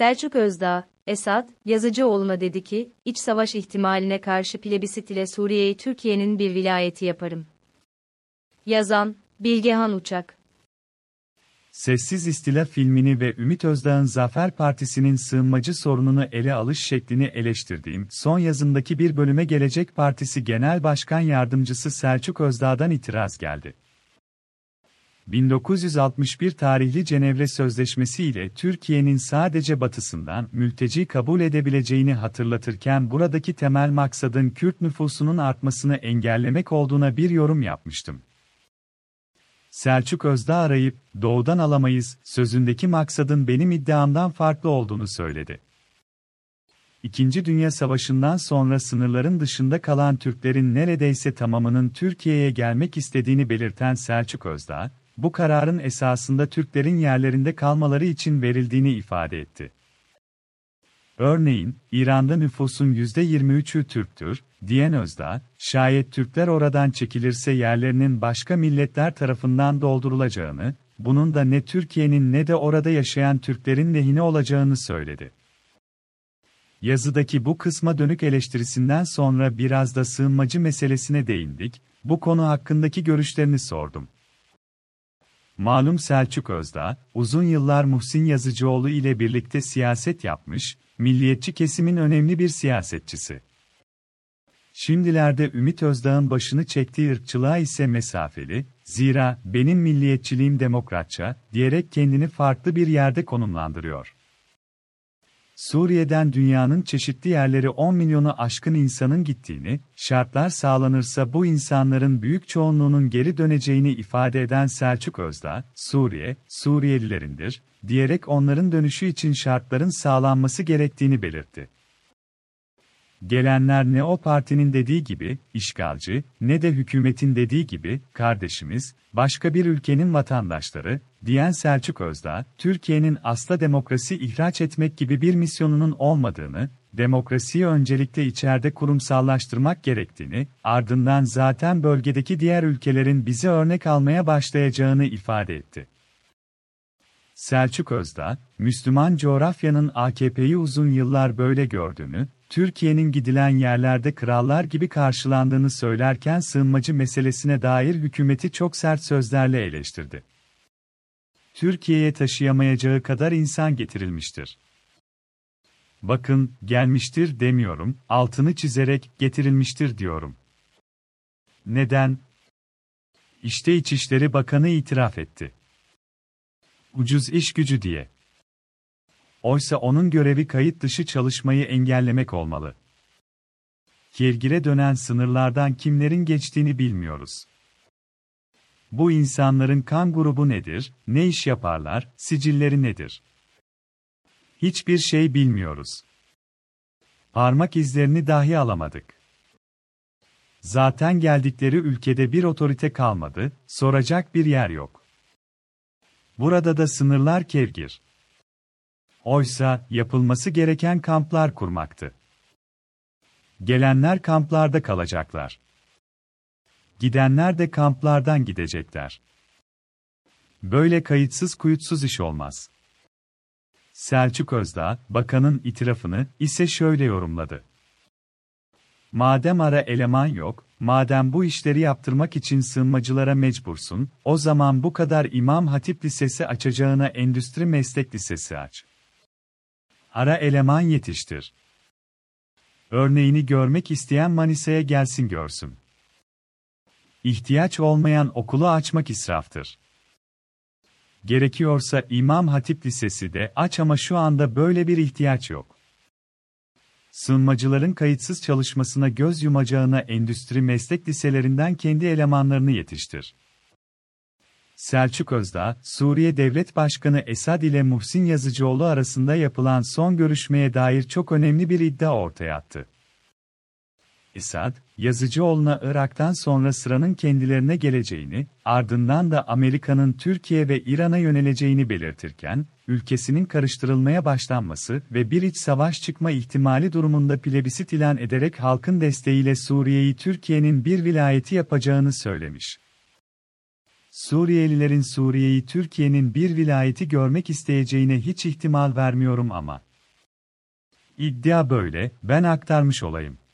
Selçuk Özdağ, Esad, Yazıcıoğlu'na dedi ki, iç savaş ihtimaline karşı plebisit ile Suriye'yi Türkiye'nin bir vilayeti yaparım. Yazan, Bilgehan Uçak. Sessiz İstila filmini ve Ümit Özdağ'ın Zafer Partisi'nin sığınmacı sorununu ele alış şeklini eleştirdiğim son yazımdaki bir bölüme Gelecek Partisi Genel Başkan Yardımcısı Selçuk Özdağ'dan itiraz geldi. 1961 tarihli Cenevre Sözleşmesi ile Türkiye'nin sadece batısından mülteci kabul edebileceğini hatırlatırken buradaki temel maksadın Kürt nüfusunun artmasını engellemek olduğuna bir yorum yapmıştım. Selçuk Özdağ arayıp, "Doğudan alamayız" sözündeki maksadın benim iddiamdan farklı olduğunu söyledi. İkinci Dünya Savaşı'ndan sonra sınırların dışında kalan Türklerin neredeyse tamamının Türkiye'ye gelmek istediğini belirten Selçuk Özdağ, bu kararın esasında Türklerin yerlerinde kalmaları için verildiğini ifade etti. Örneğin, İran'da nüfusun %23'ü Türktür, diyen Özdağ, şayet Türkler oradan çekilirse yerlerinin başka milletler tarafından doldurulacağını, bunun da ne Türkiye'nin ne de orada yaşayan Türklerin lehine olacağını söyledi. Yazıdaki bu kısma dönük eleştirisinden sonra biraz da sığınmacı meselesine değindik, bu konu hakkındaki görüşlerini sordum. Malum Selçuk Özdağ, uzun yıllar Muhsin Yazıcıoğlu ile birlikte siyaset yapmış, milliyetçi kesimin önemli bir siyasetçisi. Şimdilerde Ümit Özdağ'ın başını çektiği ırkçılığa ise mesafeli, zira "benim milliyetçiliğim demokratça" diyerek kendini farklı bir yerde konumlandırıyor. Suriye'den dünyanın çeşitli yerleri 10 milyonu aşkın insanın gittiğini, şartlar sağlanırsa bu insanların büyük çoğunluğunun geri döneceğini ifade eden Selçuk Özdağ, "Suriye, Suriyelilerindir" diyerek onların dönüşü için şartların sağlanması gerektiğini belirtti. Gelenler ne o partinin dediği gibi, işgalci, ne de hükümetin dediği gibi, kardeşimiz, başka bir ülkenin vatandaşları, diyen Selçuk Özdağ, Türkiye'nin asla demokrasi ihraç etmek gibi bir misyonunun olmadığını, demokrasiyi öncelikle içeride kurumsallaştırmak gerektiğini, ardından zaten bölgedeki diğer ülkelerin bize örnek almaya başlayacağını ifade etti. Selçuk Özdağ, Müslüman coğrafyanın AKP'yi uzun yıllar böyle gördüğünü, Türkiye'nin gidilen yerlerde krallar gibi karşılandığını söylerken sığınmacı meselesine dair hükümeti çok sert sözlerle eleştirdi. Türkiye'ye taşıyamayacağı kadar insan getirilmiştir. Bakın, gelmiştir demiyorum, altını çizerek getirilmiştir diyorum. Neden? İşte İçişleri Bakanı itiraf etti. Ucuz iş gücü diye. Oysa onun görevi kayıt dışı çalışmayı engellemek olmalı. Kirgire dönen sınırlardan kimlerin geçtiğini bilmiyoruz. Bu insanların kan grubu nedir, ne iş yaparlar, sicilleri nedir? Hiçbir şey bilmiyoruz. Parmak izlerini dahi alamadık. Zaten geldikleri ülkede bir otorite kalmadı, soracak bir yer yok. Burada da sınırlar kevgir. Oysa yapılması gereken kamplar kurmaktı. Gelenler kamplarda kalacaklar. Gidenler de kamplardan gidecekler. Böyle kayıtsız kuyutsuz iş olmaz. Selçuk Özdağ, bakanın itirafını ise şöyle yorumladı. Madem ara eleman yok, madem bu işleri yaptırmak için sığınmacılara mecbursun, o zaman bu kadar İmam Hatip Lisesi açacağına Endüstri Meslek Lisesi aç. Ara eleman yetiştir. Örneğini görmek isteyen Manisa'ya gelsin görsün. İhtiyaç olmayan okulu açmak israftır. Gerekiyorsa İmam Hatip Lisesi de aç ama şu anda böyle bir ihtiyaç yok. Sığınmacıların kayıtsız çalışmasına göz yumacağına endüstri meslek liselerinden kendi elemanlarını yetiştir. Selçuk Özdağ, Suriye Devlet Başkanı Esad ile Muhsin Yazıcıoğlu arasında yapılan son görüşmeye dair çok önemli bir iddia ortaya attı. Esad, Yazıcıoğlu'na Irak'tan sonra sıranın kendilerine geleceğini, ardından da Amerika'nın Türkiye ve İran'a yöneleceğini belirtirken, ülkesinin karıştırılmaya başlanması ve bir iç savaş çıkma ihtimali durumunda plebisit ilan ederek halkın desteğiyle Suriye'yi Türkiye'nin bir vilayeti yapacağını söylemiş. Suriyelilerin Suriye'yi Türkiye'nin bir vilayeti görmek isteyeceğine hiç ihtimal vermiyorum ama İddia böyle, ben aktarmış olayım.